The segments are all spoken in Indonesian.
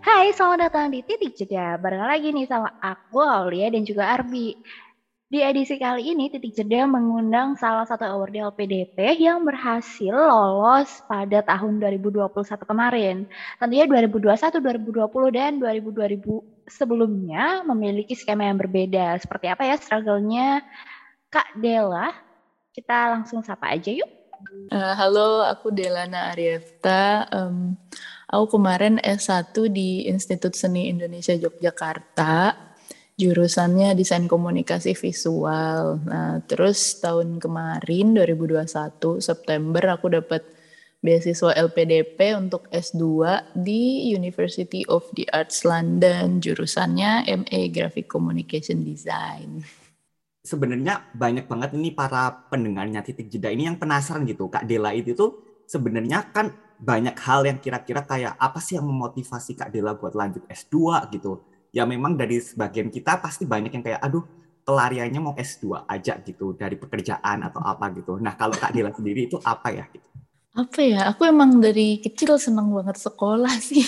Hai, selamat datang di Titik Jeda. Bareng lagi nih sama aku, Aulia, dan juga Arbi. Di edisi kali ini, Titik Jeda mengundang salah satu award LPDP yang berhasil lolos pada tahun 2021 kemarin. Tentunya 2021, 2020, dan 2020 sebelumnya memiliki skema yang berbeda. Seperti apa ya struggle-nya Kak Dela? Kita langsung sapa aja yuk. Halo, aku Delana Ariefta. Aku kemarin S1 di Institut Seni Indonesia Yogyakarta. Jurusannya Desain Komunikasi Visual. Nah, terus tahun kemarin 2021 September aku dapat beasiswa LPDP untuk S2 di University of the Arts London. Jurusannya MA Graphic Communication Design. Sebenarnya banyak banget ini para pendengarnya Titik Jeda ini yang penasaran gitu. Kak Dela itu tuh sebenarnya kan banyak hal yang kira-kira kayak apa sih yang memotivasi Kak Dela buat lanjut S2 gitu. Ya memang dari sebagian kita pasti banyak yang kayak aduh pelariannya mau S2 aja gitu dari pekerjaan atau apa gitu. Nah, kalau Kak Dela sendiri itu apa ya gitu? Apa ya? Aku emang dari kecil seneng banget sekolah sih.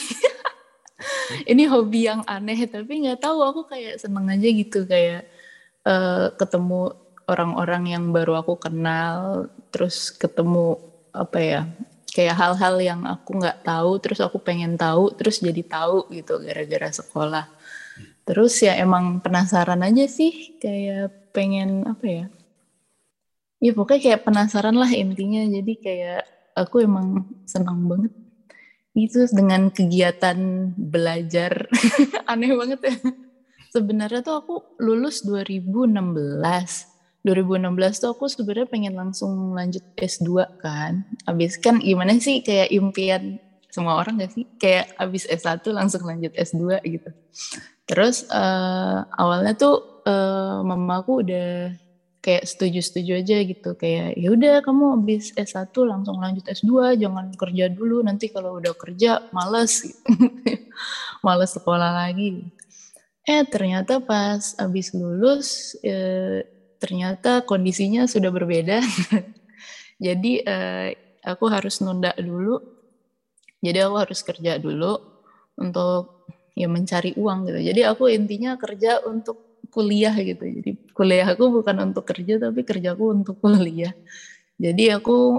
Ini hobi yang aneh, tapi nggak tahu aku kayak seneng aja gitu kayak ketemu orang-orang yang baru aku kenal, terus ketemu apa ya? Kayak hal-hal yang aku nggak tahu, terus aku pengen tahu, terus jadi tahu gitu gara-gara sekolah. Terus ya emang penasaran aja sih, kayak pengen apa ya? Ya pokoknya kayak penasaran lah intinya. Jadi kayak aku emang senang banget itu dengan kegiatan belajar. Aneh banget ya. Sebenarnya tuh aku lulus 2016. 2016 tuh aku sebenarnya pengen langsung lanjut S2 kan. Abis kan gimana sih kayak impian semua orang gak sih? Kayak abis S1 langsung lanjut S2 gitu. Terus awalnya tuh mamaku udah kayak setuju-setuju aja gitu. Kayak ya udah kamu abis S1 langsung lanjut S2, jangan kerja dulu, nanti kalau udah kerja males gitu. Males sekolah lagi. Ternyata pas abis lulus ternyata kondisinya sudah berbeda. Jadi aku harus nunda dulu. Jadi aku harus kerja dulu untuk ya mencari uang gitu. Jadi aku intinya kerja untuk kuliah gitu. Jadi kuliah aku bukan untuk kerja tapi kerjaku untuk kuliah. Jadi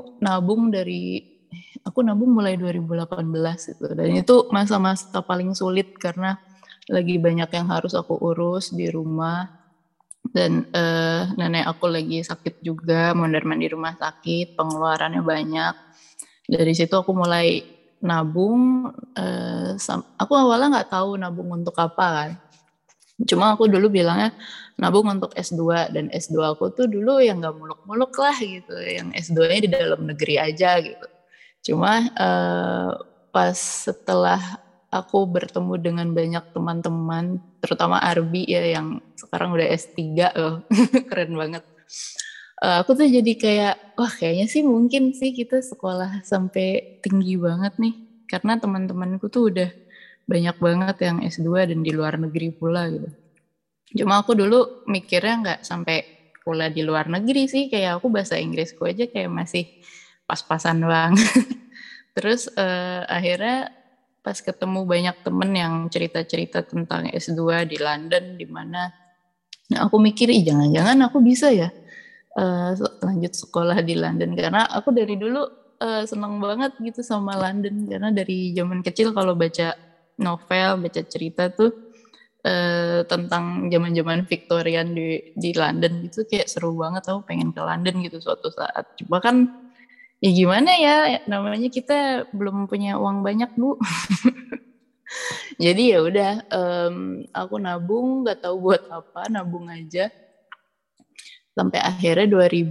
aku nabung mulai 2018 gitu. Dan itu masa-masa paling sulit karena lagi banyak yang harus aku urus di rumah dan nenek aku lagi sakit juga, mondar-mandir rumah sakit, pengeluarannya banyak. Dari situ aku mulai nabung. Aku awalnya nggak tahu nabung untuk apa kan. Cuma aku dulu bilangnya nabung untuk S2 dan S2 aku tuh dulu yang nggak muluk-muluk lah gitu, yang S2-nya di dalam negeri aja gitu. Cuma pas setelah aku bertemu dengan banyak teman-teman, terutama Arbi ya yang sekarang udah S3 loh, keren banget. Aku tuh jadi kayak, wah kayaknya sih mungkin sih kita sekolah sampai tinggi banget nih. Karena teman-temanku tuh udah banyak banget yang S2 dan di luar negeri pula gitu. Cuma aku dulu mikirnya nggak sampai kuliah di luar negeri sih, kayak aku bahasa Inggrisku aja kayak masih pas-pasan banget. Terus akhirnya pas ketemu banyak temen yang cerita-cerita tentang S2 di London, di mana nah aku mikir, jangan-jangan aku bisa ya lanjut sekolah di London. Karena aku dari dulu seneng banget gitu sama London. Karena dari zaman kecil kalau baca novel, baca cerita tuh tentang zaman-zaman Victorian di London gitu kayak seru banget. Aku pengen ke London gitu suatu saat. Cuma kan ya gimana ya, namanya kita belum punya uang banyak Bu. Jadi ya udah, aku nabung, nggak tahu buat apa, nabung aja. Sampai akhirnya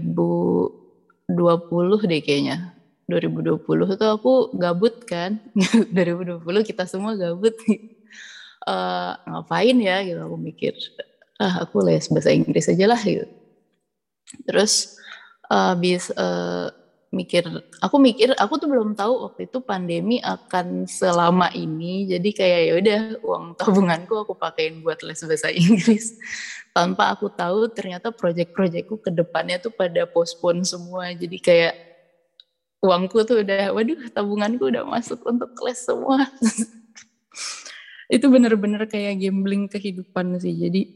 2020 deh kayaknya. 2020 tuh aku gabut kan. 2020 kita semua gabut. Ngapain ya gitu aku mikir. Aku les bahasa Inggris aja lah gitu. Terus habis aku tuh belum tahu waktu itu pandemi akan selama ini. Jadi kayak ya udah uang tabunganku aku pakein buat les bahasa Inggris. Tanpa aku tahu ternyata proyek-proyekku ke depannya tuh pada postpone semua. Jadi kayak uangku tuh udah, waduh tabunganku udah masuk untuk les semua. Itu bener-bener kayak gambling kehidupan sih. Jadi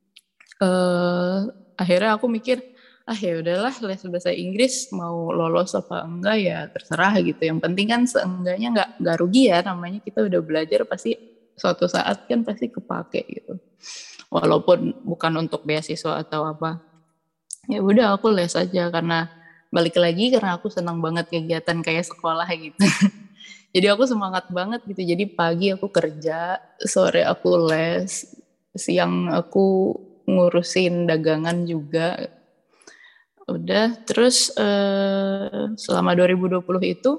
akhirnya aku mikir, ya udahlah les bahasa Inggris, mau lolos apa enggak ya terserah gitu. Yang penting kan seenggaknya nggak rugi ya, namanya kita udah belajar pasti suatu saat kan pasti kepake gitu. Walaupun bukan untuk beasiswa atau apa. Ya udah aku les aja karena balik lagi karena aku senang banget kegiatan kayak sekolah gitu. Jadi aku semangat banget gitu. Jadi pagi aku kerja, sore aku les, siang aku ngurusin dagangan juga. Udah, terus selama 2020 itu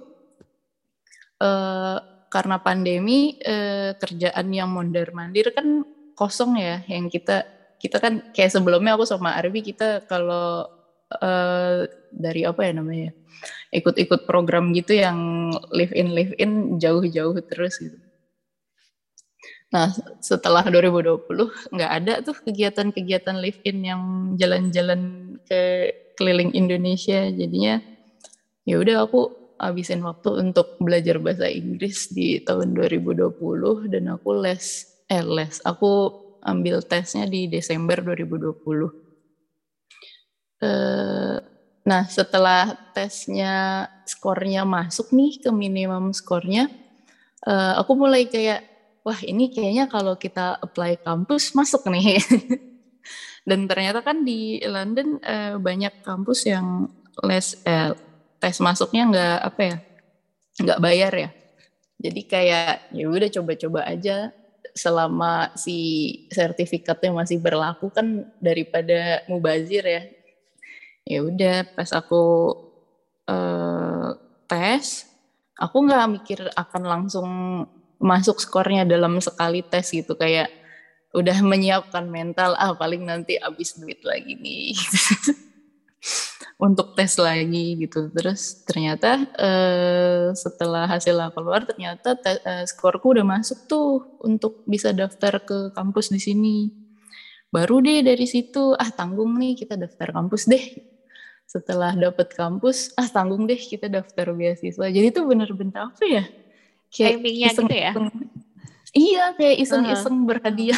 karena pandemi kerjaan yang mondar-mandir kan kosong ya, yang kita kan kayak sebelumnya aku sama Arbi kita kalau dari apa ya namanya, ikut-ikut program gitu yang live in jauh-jauh terus gitu. Nah, setelah 2020 nggak ada tuh kegiatan-kegiatan live in yang jalan-jalan ke keliling Indonesia. Jadinya ya udah aku habisin waktu untuk belajar bahasa Inggris di tahun 2020 dan aku aku ambil tesnya di Desember 2020. Nah, setelah tesnya skornya masuk nih ke minimum skornya, aku mulai kayak, wah ini kayaknya kalau kita apply kampus masuk nih. Dan ternyata kan di London banyak kampus yang tes masuknya nggak bayar ya. Jadi kayak ya udah coba-coba aja selama si sertifikatnya masih berlaku kan daripada mubazir ya. Ya udah pas aku tes, aku nggak mikir akan langsung masuk skornya dalam sekali tes gitu, kayak udah menyiapkan mental paling nanti habis duit lagi nih untuk tes lagi gitu. Terus ternyata setelah hasilnya keluar ternyata skorku udah masuk tuh untuk bisa daftar ke kampus di sini. Baru deh dari situ tanggung nih kita daftar kampus deh. Setelah dapat kampus tanggung deh kita daftar beasiswa. Jadi tuh bener-bener apa ya, kayak timingnya gitu ya. Iya, kayak iseng-iseng berhadiah.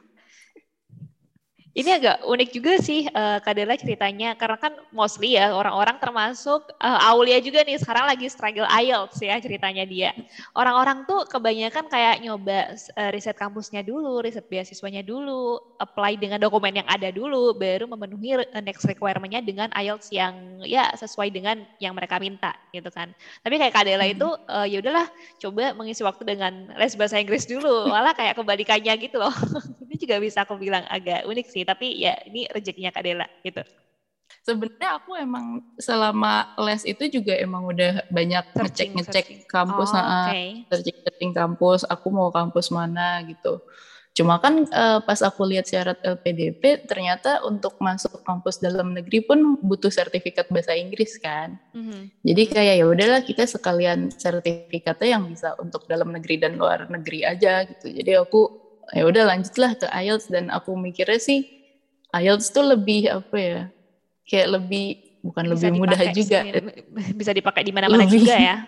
Ini agak unik juga sih Kak Dela ceritanya, karena kan mostly ya orang-orang termasuk Aulia juga nih sekarang lagi struggle IELTS ya ceritanya dia. Orang-orang tuh kebanyakan kayak nyoba riset kampusnya dulu, riset beasiswanya dulu, apply dengan dokumen yang ada dulu, baru memenuhi next requirement-nya dengan IELTS yang ya sesuai dengan yang mereka minta gitu kan. Tapi kayak Kak Dela itu ya udahlah coba mengisi waktu dengan les bahasa Inggris dulu, malah kayak kebalikannya gitu loh. Ini juga bisa aku bilang agak unik sih, tapi ya ini rezekinya Kak Dela gitu. Sebenarnya aku emang selama les itu juga emang udah banyak ngecek kampus, searching kampus, aku mau kampus mana gitu. Cuma kan pas aku lihat syarat LPDP, ternyata untuk masuk kampus dalam negeri pun butuh sertifikat bahasa Inggris kan. Jadi kayak ya udahlah kita sekalian sertifikatnya yang bisa untuk dalam negeri dan luar negeri aja gitu. Jadi aku ya udah lanjutlah ke IELTS, dan aku mikirnya sih IELTS tuh lebih apa ya, kayak bukan bisa lebih mudah juga, bisa dipakai di mana-mana juga ya.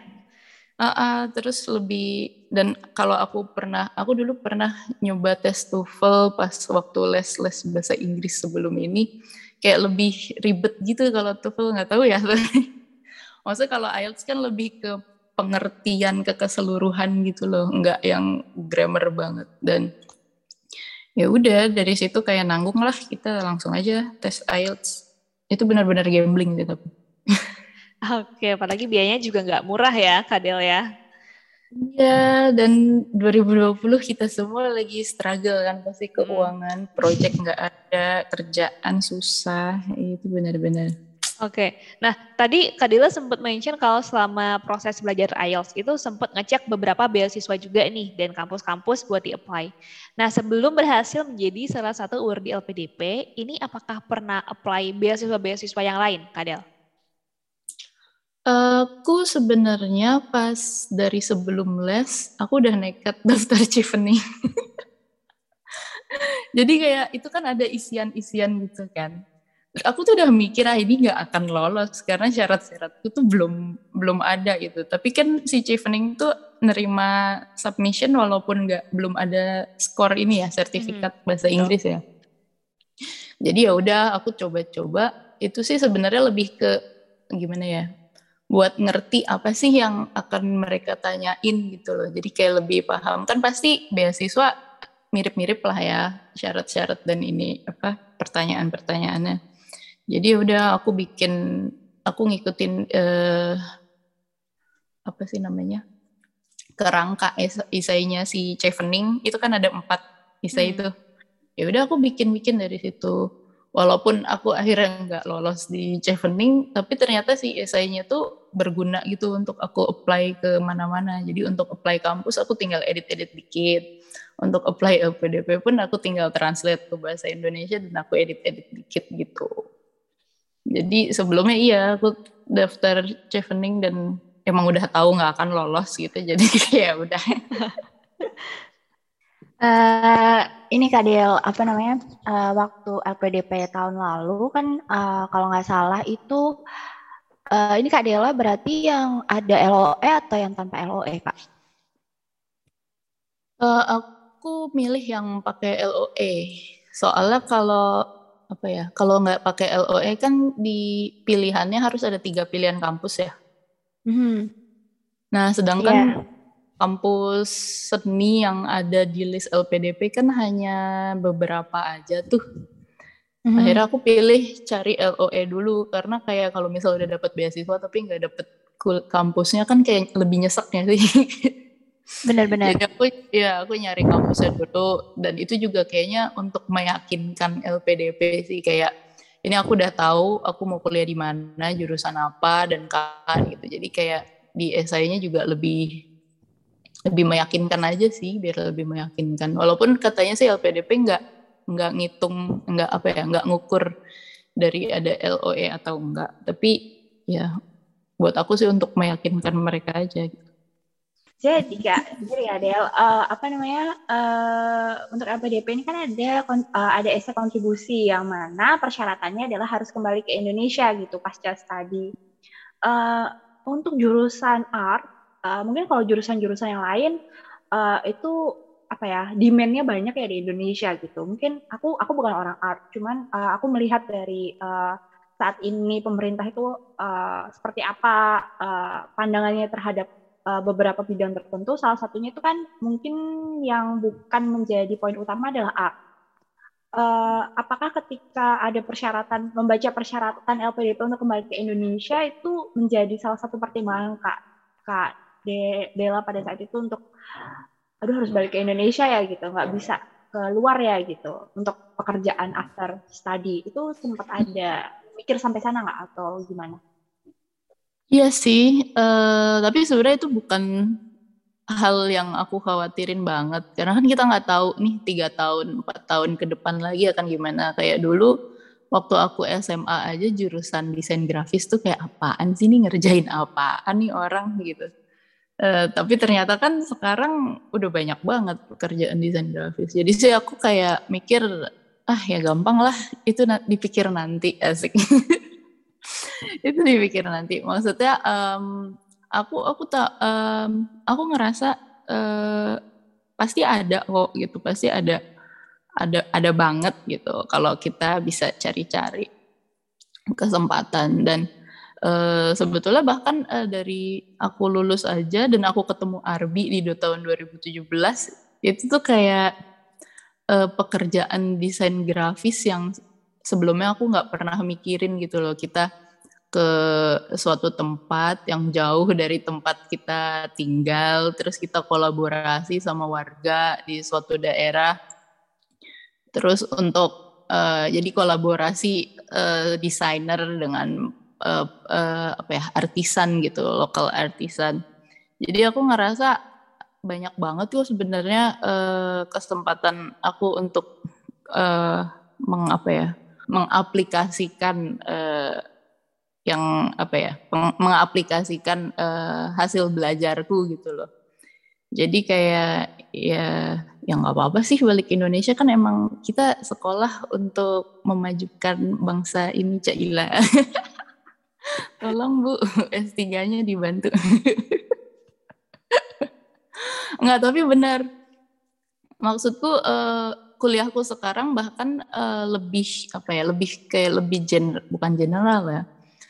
Terus lebih, dan kalau aku dulu pernah nyoba tes TOEFL pas waktu les bahasa Inggris sebelum ini, kayak lebih ribet gitu kalau TOEFL, nggak tahu ya. Maksudnya kalau IELTS kan lebih ke pengertian ke keseluruhan gitu loh, nggak yang grammar banget. Dan ya udah dari situ kayak nanggung lah, kita langsung aja tes IELTS. Itu benar-benar gambling sih tapi. Oke, apalagi biayanya juga nggak murah ya Kak Del ya. Iya, dan 2020 kita semua lagi struggle kan, pasti keuangan, project nggak ada, kerjaan susah, itu benar-benar. Oke, nah tadi Kak Dela sempat mention kalau selama proses belajar IELTS itu sempat ngecek beberapa beasiswa juga nih dan kampus-kampus buat di-apply. Nah sebelum berhasil menjadi salah satu award di LPDP, ini apakah pernah apply beasiswa-beasiswa yang lain Kak Del? Aku sebenarnya pas dari sebelum les, aku udah nekat daftar Chevening. Jadi kayak itu kan ada isian-isian gitu kan. Aku tuh udah mikir ini nggak akan lolos karena syarat-syaratku tuh belum ada gitu. Tapi kan si Chevening tuh nerima submission walaupun belum ada skor ini ya, sertifikat bahasa Inggris ya. Jadi ya udah aku coba-coba. Itu sih sebenarnya lebih ke gimana ya, buat ngerti apa sih yang akan mereka tanyain gitu loh. Jadi kayak lebih paham. Kan pasti beasiswa mirip-mirip lah ya syarat-syarat dan ini pertanyaan-pertanyaannya. Jadi udah aku ngikutin apa sih namanya, kerangka esainya si Chevening itu kan ada 4 esai itu. Ya udah aku bikin dari situ. Walaupun aku akhirnya nggak lolos di Chevening, tapi ternyata si esainya tuh berguna gitu untuk aku apply ke mana-mana. Jadi untuk apply kampus aku tinggal edit-edit dikit. Untuk apply LPDP pun aku tinggal translate ke bahasa Indonesia dan aku edit-edit dikit gitu. Jadi sebelumnya iya aku daftar Chevening dan emang udah tahu nggak akan lolos gitu. Jadi ya udah. Ini Kak Del, apa namanya, waktu LPDP tahun lalu kan kalau nggak salah itu, ini Kak Dela berarti yang ada LOE atau yang tanpa LOE Kak? Aku milih yang pakai LOE. Soalnya kalau nggak pakai LOE kan di pilihannya harus ada 3 pilihan kampus ya. Nah sedangkan kampus seni yang ada di list LPDP kan hanya beberapa aja tuh. Akhirnya aku pilih cari LOE dulu karena kayak kalau misalnya udah dapat beasiswa tapi nggak dapet kampusnya kan kayak lebih nyeseknya sih. Benar-benar. Jadi aku nyari kampusnya dulu dan itu juga kayaknya untuk meyakinkan LPDP sih, kayak ini aku udah tahu aku mau kuliah di mana, jurusan apa dan kapan gitu. Jadi kayak di esainya juga lebih meyakinkan aja sih, biar lebih meyakinkan. Walaupun katanya sih LPDP nggak ngitung, nggak ngukur dari ada LOE atau enggak. Tapi ya buat aku sih untuk meyakinkan mereka aja gitu. Jadi Kak, jadi Del, apa namanya, untuk LPDP ini kan ada esai kontribusi yang mana persyaratannya adalah harus kembali ke Indonesia gitu pasca studi. Untuk jurusan art, mungkin kalau jurusan-jurusan yang lain itu apa ya, demand-nya banyak ya di Indonesia gitu. Mungkin aku bukan orang art, cuman aku melihat dari saat ini pemerintah itu seperti apa pandangannya terhadap beberapa bidang tertentu. Salah satunya itu kan mungkin yang bukan menjadi poin utama adalah art. Apakah ketika ada membaca persyaratan LPDP untuk kembali ke Indonesia itu menjadi salah satu pertimbangan Kak Dela pada saat itu untuk harus balik ke Indonesia ya gitu, nggak bisa keluar ya gitu untuk pekerjaan after study, itu sempat ada mikir sampai sana nggak atau gimana? Iya sih, tapi sebenarnya itu bukan hal yang aku khawatirin banget. Karena kan kita nggak tahu nih 3 tahun, 4 tahun ke depan lagi akan gimana. Kayak dulu waktu aku SMA aja jurusan desain grafis tuh kayak apaan sih nih, ngerjain apaan nih orang gitu. Tapi ternyata kan sekarang udah banyak banget pekerjaan desain grafis. Jadi sih aku kayak mikir, ya gampang lah, itu dipikir nanti, asik. Itu dipikir nanti. Maksudnya aku ngerasa pasti ada kok gitu, pasti ada banget gitu kalau kita bisa cari-cari kesempatan. Dan sebetulnya bahkan dari aku lulus aja dan aku ketemu Arbi di tahun 2017 itu tuh kayak pekerjaan desain grafis yang sebelumnya aku nggak pernah mikirin gitu loh, kita ke suatu tempat yang jauh dari tempat kita tinggal, terus kita kolaborasi sama warga di suatu daerah, terus untuk jadi kolaborasi desainer dengan artisan gitu, lokal artisan. Jadi aku ngerasa banyak banget tuh sebenarnya kesempatan aku untuk mengaplikasikan mengaplikasikan hasil belajarku gitu loh. Jadi kayak ya nggak apa-apa sih balik ke Indonesia, kan emang kita sekolah untuk memajukan bangsa ini, Caila. Tolong Bu, S3-nya dibantu. Enggak, tapi benar. Maksudku kuliahku sekarang bahkan lebih bukan general ya.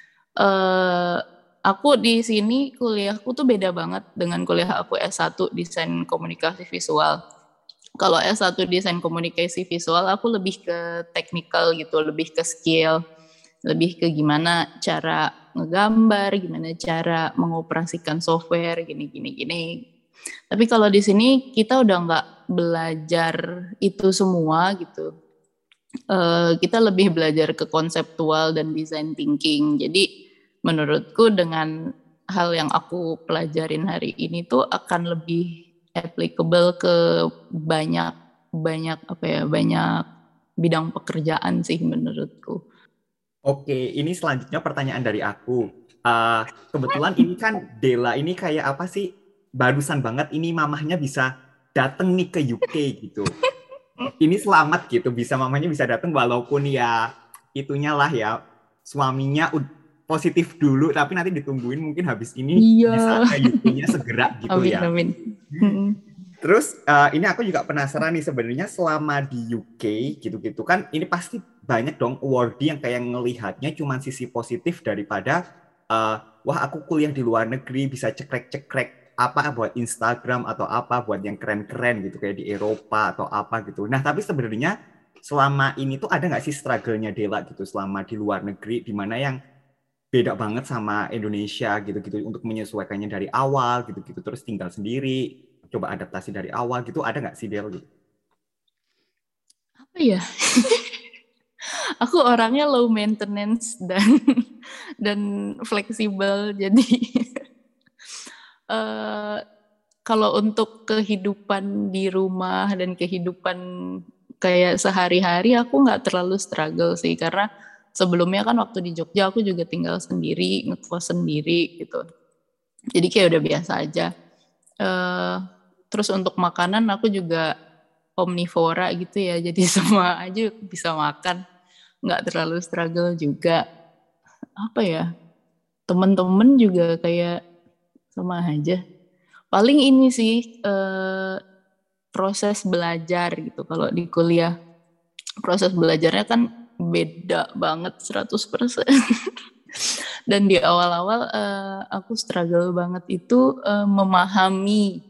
Aku di sini kuliahku tuh beda banget dengan kuliah aku S1 desain komunikasi visual. Kalau S1 desain komunikasi visual aku lebih ke technical gitu, lebih ke skill, lebih ke gimana cara ngegambar, gimana cara mengoperasikan software, gini. Tapi kalau di sini kita udah nggak belajar itu semua gitu. Kita lebih belajar ke konseptual dan design thinking. Jadi menurutku dengan hal yang aku pelajarin hari ini tuh akan lebih applicable ke banyak bidang pekerjaan sih menurutku. Oke, ini selanjutnya pertanyaan dari aku. Kebetulan ini kan Dela ini kayak apa sih? Barusan banget ini mamahnya bisa dateng nih ke UK gitu. Ini selamat gitu, mamanya bisa datang walaupun ya itunya lah ya, suaminya positif dulu, tapi nanti ditungguin mungkin habis ini bisa ke UK-nya segera gitu ya. Amin. Terus ini aku juga penasaran nih sebenarnya selama di UK gitu-gitu kan ini pasti banyak dong awardee yang kayak ngelihatnya cuma sisi positif daripada wah aku kuliah di luar negeri bisa cekrek apa buat Instagram atau apa buat yang keren-keren gitu kayak di Eropa atau apa gitu. Nah tapi sebenarnya selama ini tuh ada nggak sih struggle-nya Dela gitu selama di luar negeri di mana yang beda banget sama Indonesia gitu-gitu untuk menyesuaikannya dari awal gitu-gitu terus tinggal sendiri coba adaptasi dari awal gitu ada nggak sih Del gitu? Apa ya? Aku orangnya low maintenance dan fleksibel, jadi kalau untuk kehidupan di rumah dan kehidupan kayak sehari-hari aku nggak terlalu struggle sih, karena sebelumnya kan waktu di Jogja aku juga tinggal sendiri, ngekos sendiri gitu. Jadi kayak udah biasa aja. Terus untuk makanan aku juga omnivora gitu ya, jadi semua aja bisa makan, nggak terlalu struggle juga. Apa ya, temen-temen juga kayak sama aja. Paling ini sih proses belajar gitu. Kalau di kuliah proses belajarnya kan beda banget 100%. Dan di awal-awal aku struggle banget itu memahami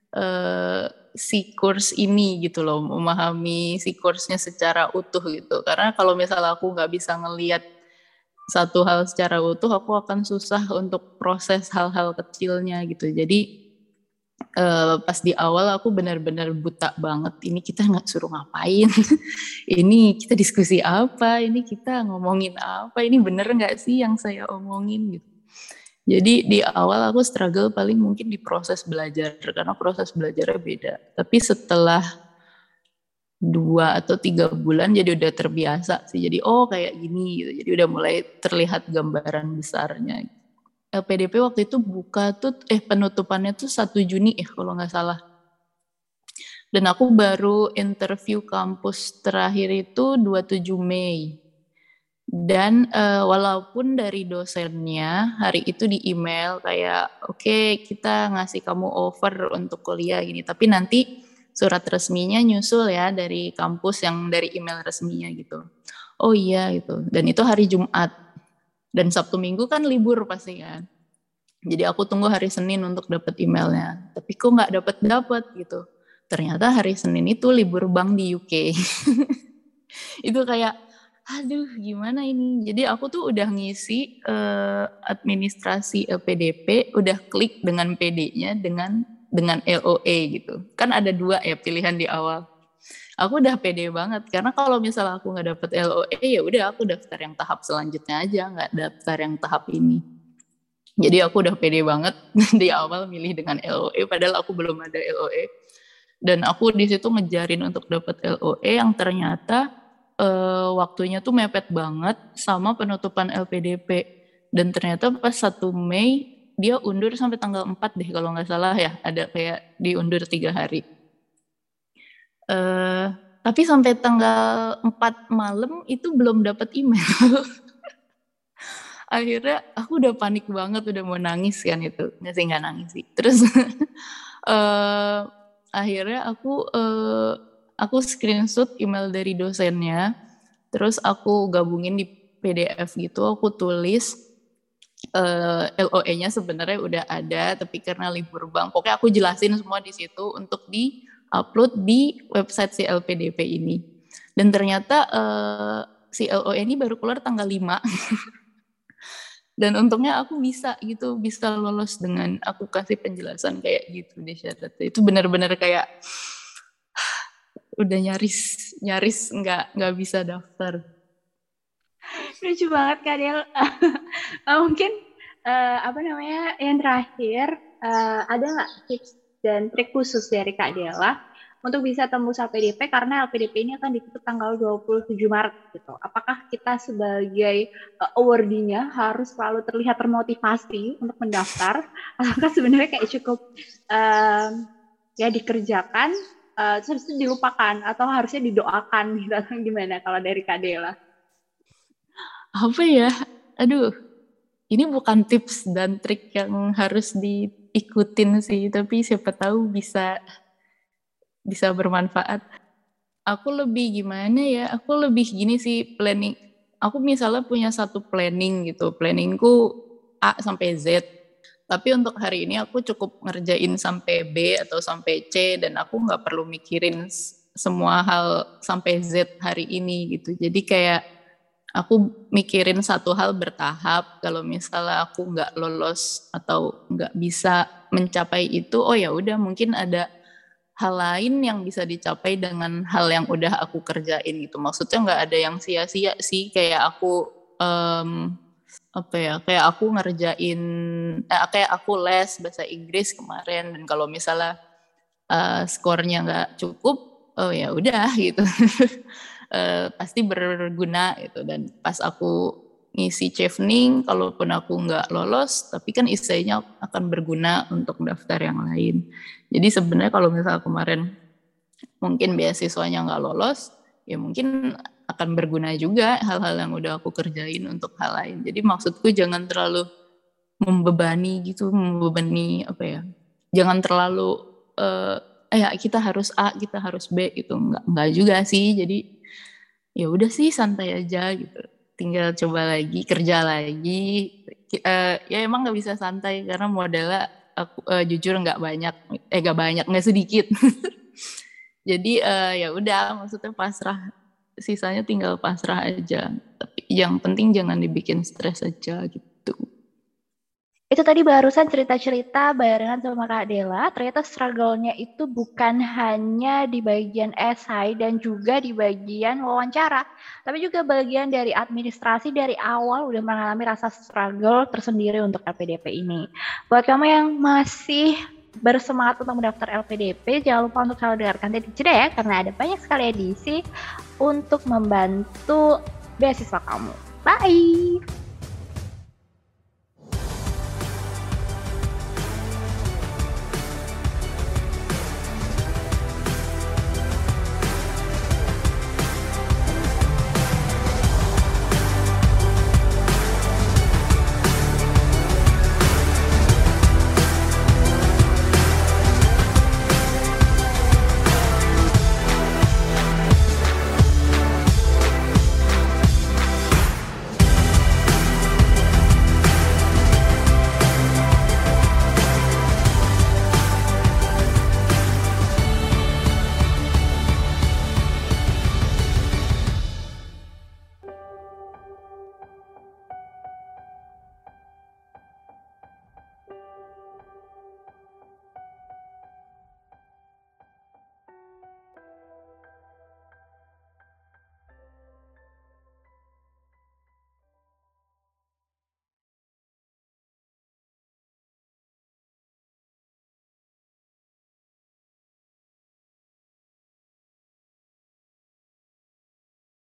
si course ini gitu loh, memahami si course-nya secara utuh gitu. Karena kalau misalnya aku nggak bisa ngelihat satu hal secara utuh, aku akan susah untuk proses hal-hal kecilnya gitu. Jadi pas di awal aku benar-benar buta banget. Ini kita nggak suruh ngapain? Ini kita diskusi apa? Ini kita ngomongin apa? Ini bener nggak sih yang saya omongin gitu? Jadi di awal aku struggle paling mungkin di proses belajar karena proses belajarnya beda. Tapi setelah 2 atau 3 bulan jadi udah terbiasa sih. Jadi oh kayak gini gitu. Jadi udah mulai terlihat gambaran besarnya. LPDP waktu itu buka tuh penutupannya tuh 1 Juni ya kalau nggak salah. Dan aku baru interview kampus terakhir itu 27 Mei. Dan walaupun dari dosennya hari itu di email kayak oke, kita ngasih kamu offer untuk kuliah gini, tapi nanti surat resminya nyusul ya dari kampus yang dari email resminya gitu. Oh iya gitu. Dan itu hari Jumat. Dan Sabtu Minggu kan libur pasti kan. Jadi aku tunggu hari Senin untuk dapat emailnya. Tapi kok nggak dapat gitu. Ternyata hari Senin itu libur bank di UK. Itu kayak aduh gimana ini. Jadi aku tuh udah ngisi administrasi LPDP, udah klik dengan PD-nya dengan LOE gitu. Kan ada 2 ya pilihan di awal. Aku udah pede banget karena kalau misalnya aku nggak dapet LOE ya udah aku daftar yang tahap selanjutnya aja, nggak daftar yang tahap ini. Jadi aku udah pede banget di awal milih dengan LOE padahal aku belum ada LOE. Dan aku di situ ngejarin untuk dapet LOE yang ternyata waktunya tuh mepet banget sama penutupan LPDP. Dan ternyata pas 1 Mei dia undur sampai tanggal 4 deh kalau nggak salah ya, ada kayak diundur 3 hari. Tapi sampai tanggal 4 malam itu belum dapat email. Akhirnya aku udah panik banget, udah mau nangis kan itu. Nggak nangis sih. Terus akhirnya aku screenshot email dari dosennya, terus aku gabungin di PDF gitu, aku tulis LOE-nya sebenarnya udah ada, tapi karena libur bank, pokoknya aku jelasin semua di situ untuk di-upload di website si LPDP ini. Dan ternyata si LOE ini baru keluar tanggal 5. Dan untungnya aku bisa lolos dengan aku kasih penjelasan kayak gitu di syaratnya. Itu benar-benar kayak udah nyaris nggak bisa daftar. Lucu banget Kak Del. Mungkin yang terakhir ada nggak tips dan trik khusus dari Kak Dela untuk bisa tembus LPDP, karena LPDP ini akan ditutup tanggal 27 Maret gitu. Apakah kita sebagai awardee-nya harus selalu terlihat termotivasi untuk mendaftar, ataukah sebenarnya kayak cukup dikerjakan terus dilupakan, atau harusnya didoakan gitu, atau gimana kalau dari Kak Dela? Apa ya? Aduh, ini bukan tips dan trik yang harus diikutin sih, tapi siapa tahu bisa bermanfaat. Aku lebih gimana ya? Aku lebih gini sih planning. Aku misalnya punya satu planning gitu. Planningku A sampai Z. Tapi untuk hari ini aku cukup ngerjain sampai B atau sampai C, dan aku nggak perlu mikirin semua hal sampai Z hari ini gitu. Jadi kayak aku mikirin satu hal bertahap. Kalau misalnya aku nggak lolos atau nggak bisa mencapai itu, oh ya udah, mungkin ada hal lain yang bisa dicapai dengan hal yang udah aku kerjain gitu. Maksudnya nggak ada yang sia-sia sih. Kayak aku kayak aku ngerjain, kayak aku les bahasa Inggris kemarin, dan kalau misalnya skornya nggak cukup, oh ya udah gitu. Pasti berguna gitu. Dan pas aku ngisi chevening, kalaupun aku nggak lolos, tapi kan isainya akan berguna untuk daftar yang lain. Jadi sebenarnya kalau misalnya kemarin mungkin beasiswanya nggak lolos, ya mungkin akan berguna juga hal-hal yang udah aku kerjain untuk hal lain. Jadi maksudku jangan terlalu membebani jangan terlalu kita harus A, kita harus B gitu. Enggak juga sih. Jadi ya udah sih, santai aja gitu. Tinggal coba lagi, kerja lagi. Ya emang nggak bisa santai karena modalnya aku jujur nggak sedikit. Jadi ya udah, maksudnya pasrah, sisanya tinggal pasrah aja. Tapi yang penting jangan dibikin stres aja gitu. Itu tadi barusan cerita-cerita barengan sama Kak Dela. Ternyata struggle-nya itu bukan hanya di bagian esai dan juga di bagian wawancara, tapi juga bagian dari administrasi. Dari awal udah mengalami rasa struggle tersendiri untuk LPDP ini. Buat kamu yang masih bersemangat untuk mendaftar LPDP, jangan lupa untuk selalu dengarkan Titik Jeda ya, karena ada banyak sekali edisi untuk membantu beasiswa kamu. Bye!